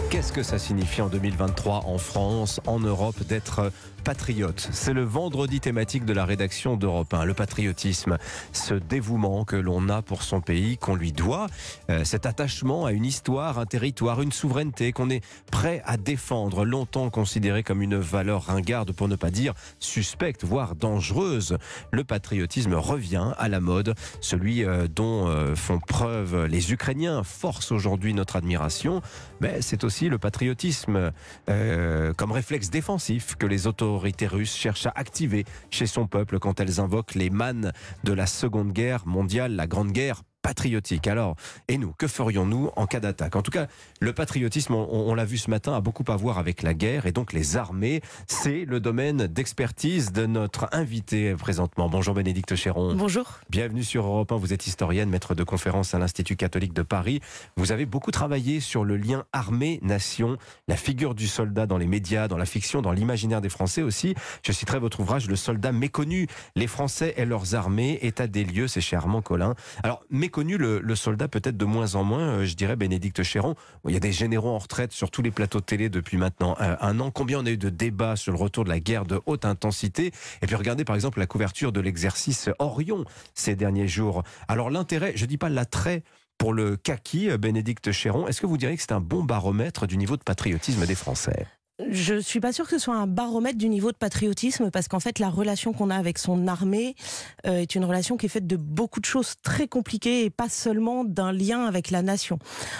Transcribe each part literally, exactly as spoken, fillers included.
Qu'est-ce que ça signifie en deux mille vingt-trois en France, en Europe, d'être patriote? C'est le vendredi thématique de la rédaction d'Europe un. Le patriotisme, ce dévouement que l'on a pour son pays, qu'on lui doit, euh, cet attachement à une histoire, un territoire, une souveraineté qu'on est prêt à défendre, longtemps considéré comme une valeur ringarde, pour ne pas dire suspecte, voire dangereuse. Le patriotisme revient à la mode, celui euh, dont euh, font preuve les Ukrainiens, force aujourd'hui notre admiration, mais c'est aussi le patriotisme euh, comme réflexe défensif que les autorités russes cherchent à activer chez son peuple quand elles invoquent les mannes de la Seconde Guerre mondiale, la Grande Guerre patriotique. Alors, et nous, que ferions-nous en cas d'attaque? En tout cas, le patriotisme, on, on l'a vu ce matin, a beaucoup à voir avec la guerre et donc les armées. C'est le domaine d'expertise de notre invité présentement. Bonjour Bénédicte Chéron. Bonjour. Bienvenue sur Europe un. Vous êtes historienne, maître de conférence à l'Institut catholique de Paris. Vous avez beaucoup travaillé sur le lien armée-nation, la figure du soldat dans les médias, dans la fiction, dans l'imaginaire des Français aussi. Je citerai votre ouvrage « Le soldat méconnu, les Français et leurs armées, état des lieux », c'est chez Armand Collin. Alors, méconnu, le, le soldat peut-être de moins en moins, euh, je dirais, Bénédicte Chéron. Il y a des généraux en retraite sur tous les plateaux de télé depuis maintenant un, un an. Combien on a eu de débats sur le retour de la guerre de haute intensité? Et puis regardez par exemple la couverture de l'exercice Orion ces derniers jours. Alors l'intérêt, je dis pas l'attrait pour le kaki, Bénédicte Chéron, est-ce que vous diriez que c'est un bon baromètre du niveau de patriotisme des Français? Je ne suis pas sûre que ce soit un baromètre du niveau de patriotisme, parce qu'en fait la relation qu'on a avec son armée euh, est une relation qui est faite de beaucoup de choses très compliquées et pas seulement d'un lien avec la nation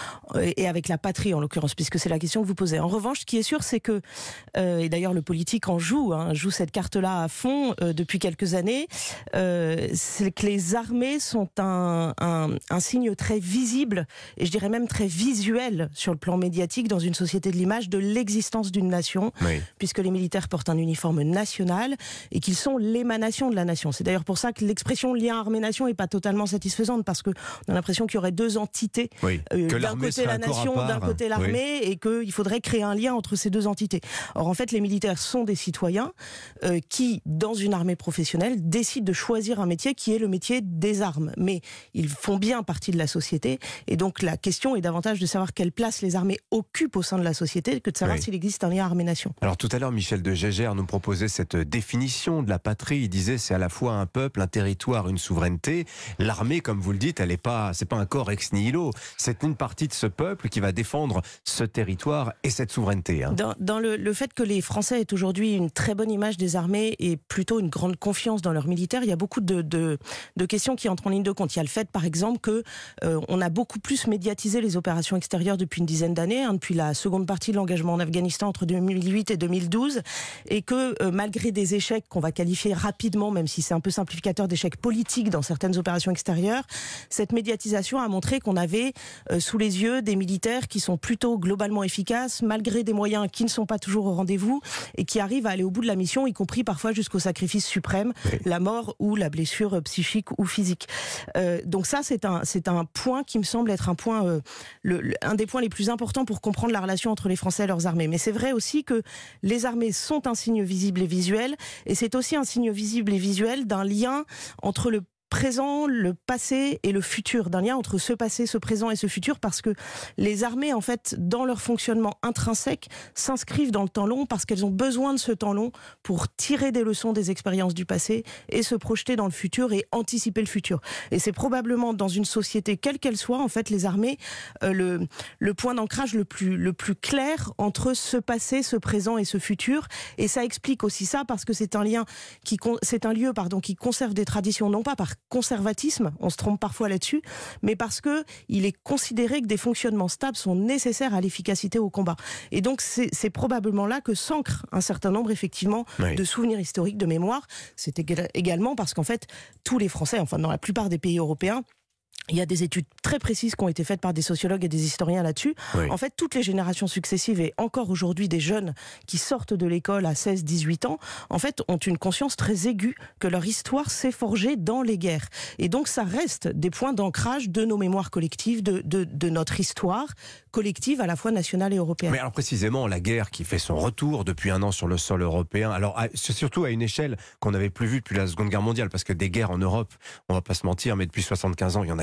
et avec la patrie en l'occurrence, puisque c'est la question que vous posez. En revanche, ce qui est sûr, c'est que, euh, et d'ailleurs le politique en joue, hein, joue cette carte-là à fond euh, depuis quelques années, euh, c'est que les armées sont un, un, un signe très visible, et je dirais même très visuel sur le plan médiatique dans une société de l'image, de l'existence d'une nation, oui. Puisque les militaires portent un uniforme national et qu'ils sont l'émanation de la nation. C'est d'ailleurs pour ça que l'expression lien armée-nation n'est pas totalement satisfaisante, parce qu'on a l'impression qu'il y aurait deux entités. Oui. Euh, d'un côté la nation, d'un côté l'armée, oui. Et qu'il faudrait créer un lien entre ces deux entités. Or en fait les militaires sont des citoyens euh, qui, dans une armée professionnelle, décident de choisir un métier qui est le métier des armes. Mais ils font bien partie de la société, et donc la question est davantage de savoir quelle place les armées occupent au sein de la société que de savoir oui. S'il existe un lien armée-nation. Alors tout à l'heure, Michel de Gégère nous proposait cette définition de la patrie. Il disait c'est à la fois un peuple, un territoire, une souveraineté. L'armée, comme vous le dites, elle est pas, c'est pas un corps ex nihilo. C'est une partie de ce peuple qui va défendre ce territoire et cette souveraineté. Hein. Dans, dans le, le fait que les Français aient aujourd'hui une très bonne image des armées et plutôt une grande confiance dans leurs militaires, il y a beaucoup de, de, de questions qui entrent en ligne de compte. Il y a le fait, par exemple, que euh, on a beaucoup plus médiatisé les opérations extérieures depuis une dizaine d'années, hein, depuis la seconde partie de l'engagement en Afghanistan entre deux mille huit et deux mille douze, et que euh, malgré des échecs qu'on va qualifier rapidement, même si c'est un peu simplificateur, d'échecs politiques dans certaines opérations extérieures, cette médiatisation a montré qu'on avait euh, sous les yeux des militaires qui sont plutôt globalement efficaces, malgré des moyens qui ne sont pas toujours au rendez-vous, et qui arrivent à aller au bout de la mission, y compris parfois jusqu'au sacrifice suprême, oui. La mort ou la blessure psychique ou physique. Euh, donc ça, c'est un, c'est un point qui me semble être un point, euh, le, le, un des points les plus importants pour comprendre la relation entre les Français et leurs armées. Mais c'est vrai aussi que les armées sont un signe visible et visuel, et c'est aussi un signe visible et visuel d'un lien entre le présent, le passé et le futur, d'un lien entre ce passé, ce présent et ce futur, parce que les armées, en fait, dans leur fonctionnement intrinsèque, s'inscrivent dans le temps long parce qu'elles ont besoin de ce temps long pour tirer des leçons des expériences du passé et se projeter dans le futur et anticiper le futur. Et c'est probablement dans une société, quelle qu'elle soit, en fait, les armées, euh, le, le point d'ancrage le plus, le plus clair entre ce passé, ce présent et ce futur. Et ça explique aussi ça, parce que c'est un lien qui, c'est un lieu, pardon, qui conserve des traditions, non pas par conservatisme, on se trompe parfois là-dessus, mais parce que il est considéré que des fonctionnements stables sont nécessaires à l'efficacité au combat. Et donc c'est, c'est probablement là que s'ancre un certain nombre effectivement oui. de souvenirs historiques, de mémoire. C'est également parce qu'en fait tous les Français, enfin dans la plupart des pays européens, il y a des études très précises qui ont été faites par des sociologues et des historiens là-dessus. Oui. En fait, toutes les générations successives, et encore aujourd'hui des jeunes qui sortent de l'école à seize dix-huit ans, en fait, ont une conscience très aiguë que leur histoire s'est forgée dans les guerres. Et donc, ça reste des points d'ancrage de nos mémoires collectives, de, de, de notre histoire collective, à la fois nationale et européenne. Mais alors précisément, la guerre qui fait son retour depuis un an sur le sol européen, alors c'est surtout à une échelle qu'on n'avait plus vue depuis la Seconde Guerre mondiale, parce que des guerres en Europe, on va pas se mentir, mais depuis soixante-quinze ans, il y en a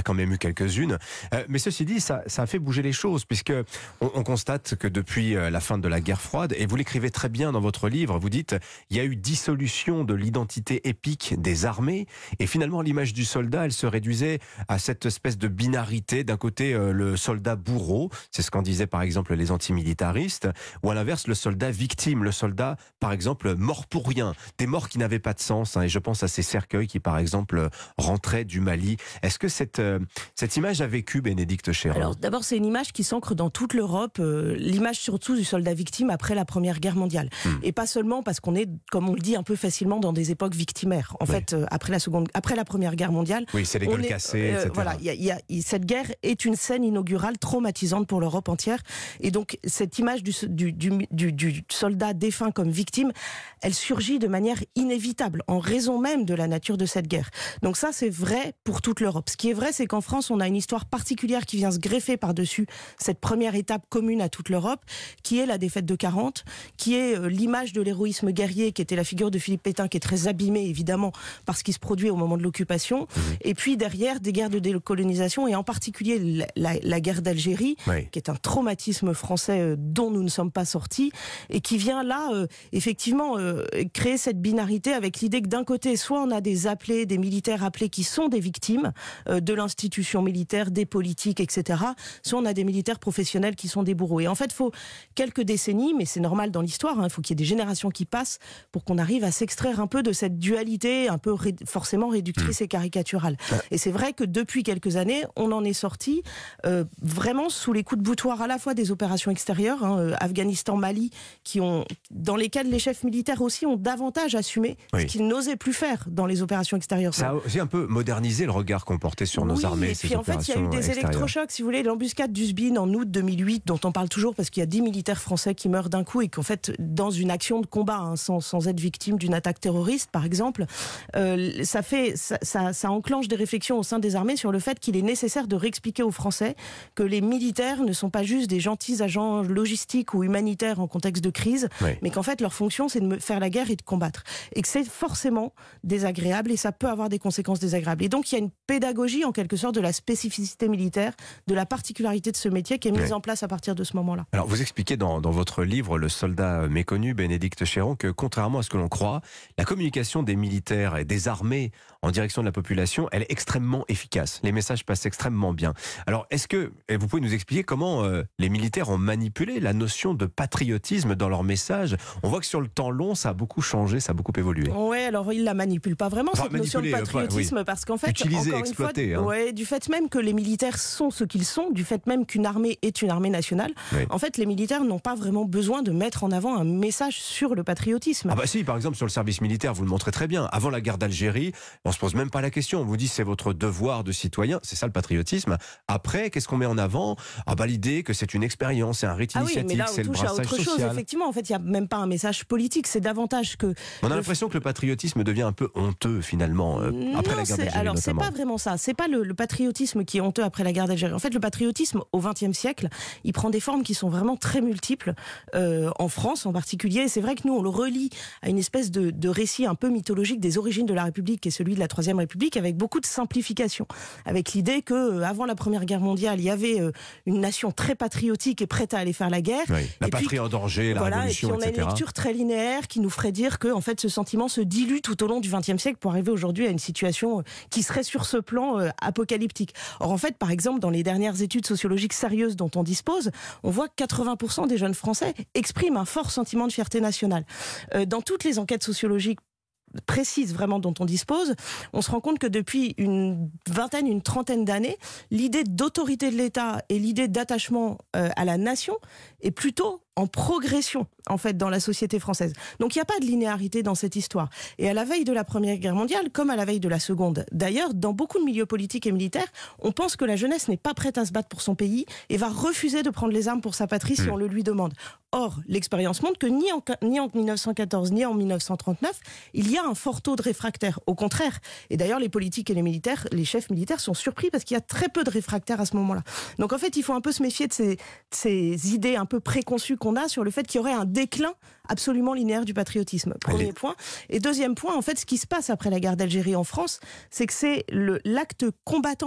quand même eu quelques-unes. Euh, mais ceci dit, ça, ça a fait bouger les choses, puisque on, on constate que depuis la fin de la guerre froide, et vous l'écrivez très bien dans votre livre, vous dites il y a eu dissolution de l'identité épique des armées, et finalement l'image du soldat, elle se réduisait à cette espèce de binarité. D'un côté, euh, le soldat bourreau, c'est ce qu'en disaient par exemple les antimilitaristes, ou à l'inverse, le soldat victime, le soldat, par exemple, mort pour rien, des morts qui n'avaient pas de sens, hein, et je pense à ces cercueils qui, par exemple, rentraient du Mali. Est-ce que cette, euh, cette image a vécu, Bénédicte Chéran? Alors d'abord, c'est une image qui s'ancre dans toute l'Europe, euh, l'image surtout du soldat victime après la Première Guerre mondiale. Mmh. Et pas seulement parce qu'on est, comme on le dit, un peu facilement dans des époques victimaires. En oui. fait, euh, après, la seconde, après la Première Guerre mondiale... Oui, c'est les gueules cassées, euh, et cetera. Voilà, y a, y a, cette guerre est une scène inaugurale traumatisante pour l'Europe entière. Et donc, cette image du, du, du, du, du soldat défunt comme victime, elle surgit de manière inévitable, en raison même de la nature de cette guerre. Donc ça, c'est vrai pour toute l'Europe. Ce qui est vrai, c'est qu'en France, on a une histoire particulière qui vient se greffer par-dessus cette première étape commune à toute l'Europe, qui est la défaite de quarante, qui est euh, l'image de l'héroïsme guerrier, qui était la figure de Philippe Pétain, qui est très abîmée, évidemment, par ce qui se produit au moment de l'occupation. Mmh. Et puis, derrière, des guerres de décolonisation, et en particulier la, la, la guerre d'Algérie, oui. qui est un traumatisme français euh, dont nous ne sommes pas sortis, et qui vient là, euh, effectivement, euh, créer cette binarité avec l'idée que d'un côté, soit on a des appelés, des militaires appelés qui sont des victimes euh, de l'institution militaire, des politiques, et cetera, soit on a des militaires professionnels qui sont des bourreaux. Et en fait, il faut quelques décennies, mais c'est normal dans l'histoire, il hein, faut qu'il y ait des générations qui passent pour qu'on arrive à s'extraire un peu de cette dualité un peu ré- forcément réductrice mmh. et caricaturale. Ouais. Et c'est vrai que depuis quelques années, on en est sorti euh, vraiment sous les coups de boutoir à la fois des opérations extérieures, hein, euh, Afghanistan, Mali, qui ont, dans lesquelles les chefs militaires aussi ont davantage assumé oui. ce qu'ils n'osaient plus faire dans les opérations extérieures. Ça a aussi un peu modernisé le regard qu'on portait sur nos oui, armées. Et puis en fait, il y a eu des électrochocs, si vous voulez, l'embuscade d'Uzbin en août deux mille huit, dont on parle toujours parce qu'il y a dix militaires français qui meurent d'un coup et qu'en fait, dans une action de combat, hein, sans, sans être victime d'une attaque terroriste, par exemple, euh, ça, fait, ça, ça, ça enclenche des réflexions au sein des armées sur le fait qu'il est nécessaire de réexpliquer aux Français que les militaires ne sont pas juste des gentils agents logistiques ou humanitaires en contexte de crise, oui. mais qu'en fait, leur fonction, c'est de faire la guerre et de combattre. Et que c'est forcément désagréable et ça peut avoir des conséquences désagréables. Et donc, il y a une pédagogie, en quelque sorte, de la spécificité militaire, de la particularité de ce métier qui est mise oui. en place à partir de ce moment-là. Alors, vous expliquez dans, dans votre livre, Le soldat méconnu, Bénédicte Chéran, que contrairement à ce que l'on croit, la communication des militaires et des armées en direction de la population, elle est extrêmement efficace. Les messages passent extrêmement bien. Alors, est-ce que vous pouvez nous expliquer comment euh, les militaires ont manipulé la notion de patriotisme dans leurs messages? On voit que sur le temps long, ça a beaucoup changé, ça a beaucoup évolué. Oui, alors ils ne la manipulent pas vraiment, enfin, cette notion de patriotisme, enfin, oui. parce qu'en fait, Utiliser, encore exploiter, une fois, hein. ouais, du fait même que les militaires sont ce qu'ils sont, du fait même qu'une armée est une armée nationale, oui. en fait, les militaires n'ont pas vraiment besoin de mettre en avant un message sur le patriotisme. Ah bah si, par exemple, sur le service militaire, vous le montrez très bien. Avant la guerre d'Algérie, on se pose même pas la question. On vous dit c'est votre devoir de citoyen, c'est ça le patriotisme. Après, qu'est-ce qu'on met en avant? Ah bah l'idée que c'est une expérience, c'est un rite ah initiatique, oui, mais là, c'est le brassage social. Autre chose, effectivement, en fait, il y a même pas un message politique, c'est davantage que. On a l'impression que le patriotisme devient un peu honteux finalement euh, après non, la guerre d'Algérie. Alors notamment. c'est pas vraiment ça. C'est pas le, le patriotisme qui est honteux après la guerre d'Algérie. En fait, le patriotisme au vingtième siècle, il prend des formes qui sont vraiment très multiples euh, en France en particulier. Et c'est vrai que nous on le relie à une espèce de, de récit un peu mythologique des origines de la République, qui est celui de la Troisième République, avec beaucoup de simplification, avec l'idée que euh, avant la Première Guerre mondiale, il y avait euh, une nation très patriotique et prête à aller faire la guerre. Oui, la et patrie puis, en danger, la voilà, révolution, et puis on a et cetera. Une lecture très linéaire qui nous ferait dire que en fait ce sentiment se dilue tout au long du vingtième siècle pour arriver aujourd'hui à une situation qui serait sur ce plan euh, apocalyptique. Or en fait, par exemple, dans les dernières études sociologiques sérieuses dont on dispose, on voit que quatre-vingts pour cent des jeunes Français expriment un fort sentiment de fierté nationale. Euh, dans toutes les enquêtes sociologiques précise vraiment dont on dispose, on se rend compte que depuis une vingtaine, une trentaine d'années, l'idée d'autorité de l'État et l'idée d'attachement euh, à la nation est plutôt en progression, en fait, dans la société française. Donc il n'y a pas de linéarité dans cette histoire. Et à la veille de la Première Guerre mondiale, comme à la veille de la Seconde, d'ailleurs, dans beaucoup de milieux politiques et militaires, on pense que la jeunesse n'est pas prête à se battre pour son pays et va refuser de prendre les armes pour sa patrie si on le lui demande. Or, l'expérience montre que ni en, ni en mille neuf cent quatorze, ni en mille neuf cent trente-neuf, il y a un fort taux de réfractaires. Au contraire. Et d'ailleurs, les politiques et les militaires, les chefs militaires sont surpris parce qu'il y a très peu de réfractaires à ce moment-là. Donc en fait, il faut un peu se méfier de ces, de ces idées un peu préconçues qu'on a sur le fait qu'il y aurait un déclin absolument linéaire du patriotisme. Premier Allez. point. Et deuxième point, en fait, ce qui se passe après la guerre d'Algérie en France, c'est que c'est le, l'acte combattant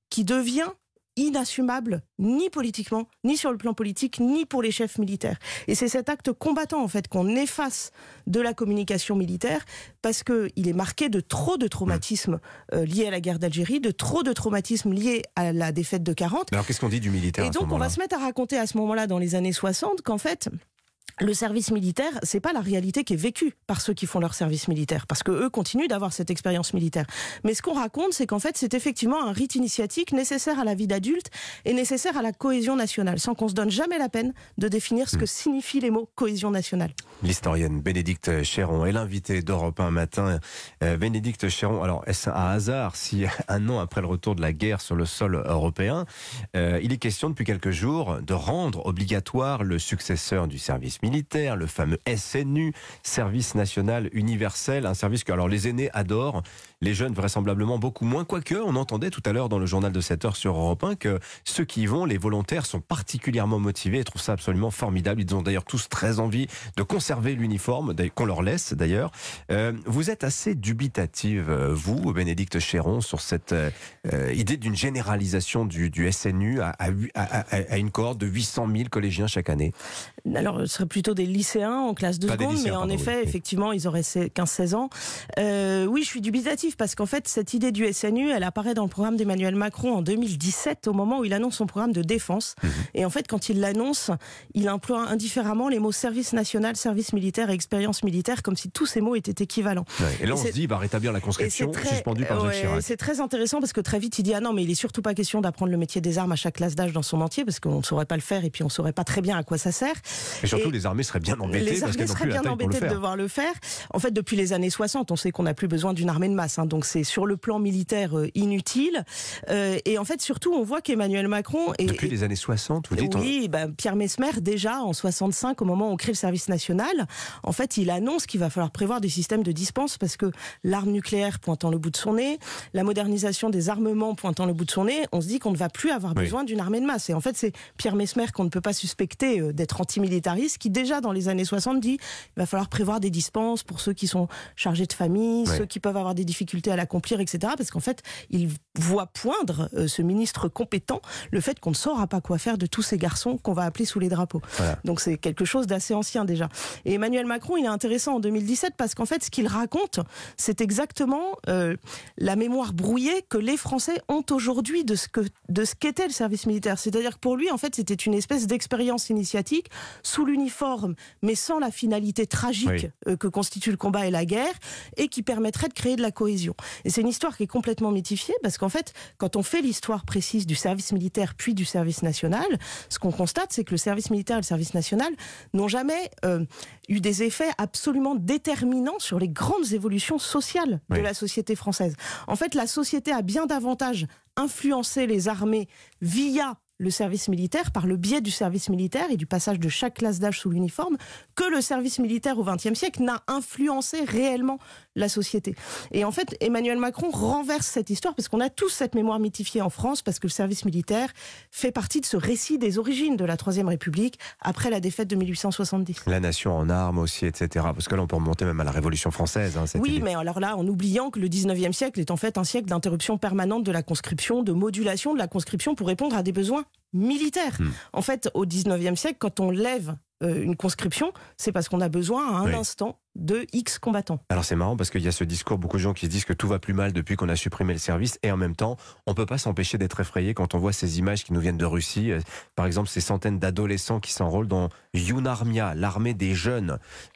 qui devient inassumable, ni politiquement, ni sur le plan politique, ni pour les chefs militaires. Et c'est cet acte combattant, en fait, qu'on efface de la communication militaire, parce qu'il est marqué de trop de traumatismes euh, liés à la guerre d'Algérie, de trop de traumatismes liés à la défaite de quarante. Alors qu'est-ce qu'on dit du militaire Et à ce donc on va se mettre à raconter à ce moment-là, dans les années soixante, qu'en fait... le service militaire, c'est pas la réalité qui est vécue par ceux qui font leur service militaire, parce que eux continuent d'avoir cette expérience militaire. Mais ce qu'on raconte, c'est qu'en fait, c'est effectivement un rite initiatique nécessaire à la vie d'adulte et nécessaire à la cohésion nationale, sans qu'on se donne jamais la peine de définir ce que signifient les mots cohésion nationale. L'historienne Bénédicte Chéron est l'invitée d'Europe un matin. Euh, Bénédicte Chéron, alors est-ce un hasard si un an après le retour de la guerre sur le sol européen, euh, il est question depuis quelques jours de rendre obligatoire le successeur du service militaire militaire, le fameux S N U, Service National Universel, un service que alors les aînés adorent, les jeunes vraisemblablement beaucoup moins, quoique on entendait tout à l'heure dans le journal de sept heures sur Europe un que ceux qui y vont, les volontaires, sont particulièrement motivés et trouvent ça absolument formidable. Ils ont d'ailleurs tous très envie de conserver l'uniforme, qu'on leur laisse d'ailleurs. Euh, vous êtes assez dubitative, vous, Bénédicte Chéron, sur cette euh, idée d'une généralisation du, du S N U à, à, à, à une cohorte de huit cent mille collégiens chaque année. Alors, ce serait plutôt des lycéens en classe de Pas seconde, lycéens, mais en pardon, effet, oui. effectivement, ils auraient quinze seize ans. Euh, oui, je suis dubitatif parce qu'en fait, cette idée du S N U, elle apparaît dans le programme d'Emmanuel Macron en deux mille dix-sept, au moment où il annonce son programme de défense. Mmh. Et en fait, quand il l'annonce, il emploie indifféremment les mots service national, service militaire et expérience militaire, comme si tous ces mots étaient équivalents. Ouais, et là, et on se dit, il va rétablir la et conscription très, suspendue par ouais, Jacques Chirac. C'est très intéressant parce que très vite, il dit, ah non, mais il est surtout pas question d'apprendre le métier des armes à chaque classe d'âge dans son entier, parce qu'on ne saurait pas le faire et puis on ne saurait pas très bien à quoi ça sert. Et surtout, et les armées seraient bien embêtées. Les armées seraient bien embêtées de devoir le faire. En fait, depuis les années soixante, on sait qu'on n'a plus besoin d'une armée de masse. Hein, donc c'est sur le plan militaire euh, inutile. Euh, et en fait, surtout, on voit qu'Emmanuel Macron... Est, depuis est, les années soixante, vous dites... Oui, on... bah, Pierre Messmer, déjà en soixante-cinq, au moment où on crée le service national, en fait, il annonce qu'il va falloir prévoir des systèmes de dispense parce que l'arme nucléaire pointant le bout de son nez, la modernisation des armements pointant le bout de son nez, on se dit qu'on ne va plus avoir oui. besoin d'une armée de masse. Et en fait, c'est Pierre Messmer qu'on ne peut pas suspecter euh, d'être antimilitariste, qui déjà dans les années soixante dit il va falloir prévoir des dispenses pour ceux qui sont chargés de famille, oui. ceux qui peuvent avoir des difficultés à l'accomplir, et cetera. Parce qu'en fait, il voit poindre, euh, ce ministre compétent, le fait qu'on ne saura pas quoi faire de tous ces garçons qu'on va appeler sous les drapeaux. Voilà. Donc c'est quelque chose d'assez ancien déjà. Et Emmanuel Macron, il est intéressant en deux mille dix-sept parce qu'en fait, ce qu'il raconte, c'est exactement euh, la mémoire brouillée que les Français ont aujourd'hui de ce que de ce qu'était le service militaire. C'est-à-dire que pour lui, en fait, c'était une espèce d'expérience initiatique sous l'uniforme, mais sans la finalité tragique oui. euh, que constitue le combat et la guerre, et qui permettrait de créer de la cohésion. Et c'est une histoire qui est complètement mythifiée, parce qu'en fait, quand on fait l'histoire précise du service militaire puis du service national, ce qu'on constate, c'est que le service militaire et le service national n'ont jamais euh, eu des effets absolument déterminants sur les grandes évolutions sociales oui. de la société française. En fait, la société a bien davantage influencé les armées via le service militaire, par le biais du service militaire et du passage de chaque classe d'âge sous l'uniforme, que le service militaire au vingtième siècle n'a influencé réellement la société. Et en fait, Emmanuel Macron renverse cette histoire, parce qu'on a tous cette mémoire mythifiée en France, parce que le service militaire fait partie de ce récit des origines de la Troisième République, après la défaite de mille huit cent soixante-dix. La nation en armes aussi, et cetera. Parce que là, on peut remonter même à la Révolution française. Hein, cette oui, idée. Mais alors là, en oubliant que le dix-neuvième siècle est en fait un siècle d'interruption permanente de la conscription, de modulation de la conscription pour répondre à des besoins militaire. Mmh. En fait, au dix-neuvième siècle, quand on lève euh, une conscription, c'est parce qu'on a besoin à un oui. instant de X combattants. Alors c'est marrant parce qu'il y a ce discours, beaucoup de gens qui se disent que tout va plus mal depuis qu'on a supprimé le service, et en même temps, on ne peut pas s'empêcher d'être effrayé quand on voit ces images qui nous viennent de Russie. Par exemple, ces centaines d'adolescents qui s'enrôlent dans Younarmia, l'armée des jeunes.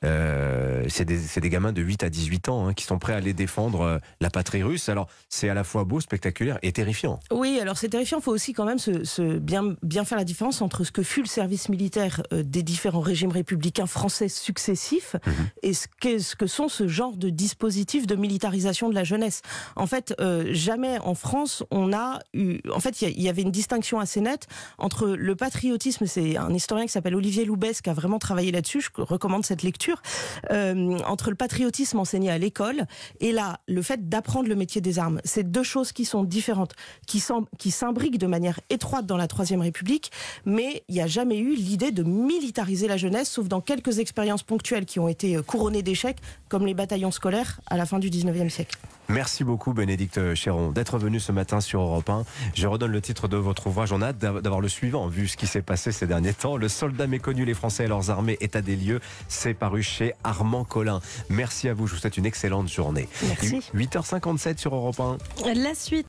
Euh, c'est des, c'est des gamins de huit à dix-huit ans hein, qui sont prêts à aller défendre la patrie russe. Alors c'est à la fois beau, spectaculaire et terrifiant. Oui, alors c'est terrifiant. Il faut aussi quand même se, se bien, bien faire la différence entre ce que fut le service militaire euh, des différents régimes républicains français successifs mmh. et ce qu'est-ce que sont ce genre de dispositifs de militarisation de la jeunesse. En fait, euh, jamais en France, on a eu... En fait, il y, y avait une distinction assez nette entre le patriotisme, c'est un historien qui s'appelle Olivier Loubès qui a vraiment travaillé là-dessus, je recommande cette lecture, euh, entre le patriotisme enseigné à l'école et là, le fait d'apprendre le métier des armes. C'est deux choses qui sont différentes, qui, sem- qui s'imbriquent de manière étroite dans la Troisième République, mais il n'y a jamais eu l'idée de militariser la jeunesse, sauf dans quelques expériences ponctuelles qui ont été couronnées chevronnés d'échecs, comme les bataillons scolaires à la fin du dix-neuvième siècle. Merci beaucoup Bénédicte Chéron d'être venu ce matin sur Europe un. Je redonne le titre de votre ouvrage. On a hâte d'avoir le suivant, vu ce qui s'est passé ces derniers temps. Le soldat méconnu, les Français et leurs armées, état des lieux. C'est paru chez Armand Collin. Merci à vous, je vous souhaite une excellente journée. Merci. huit heures cinquante-sept sur Europe un. La suite.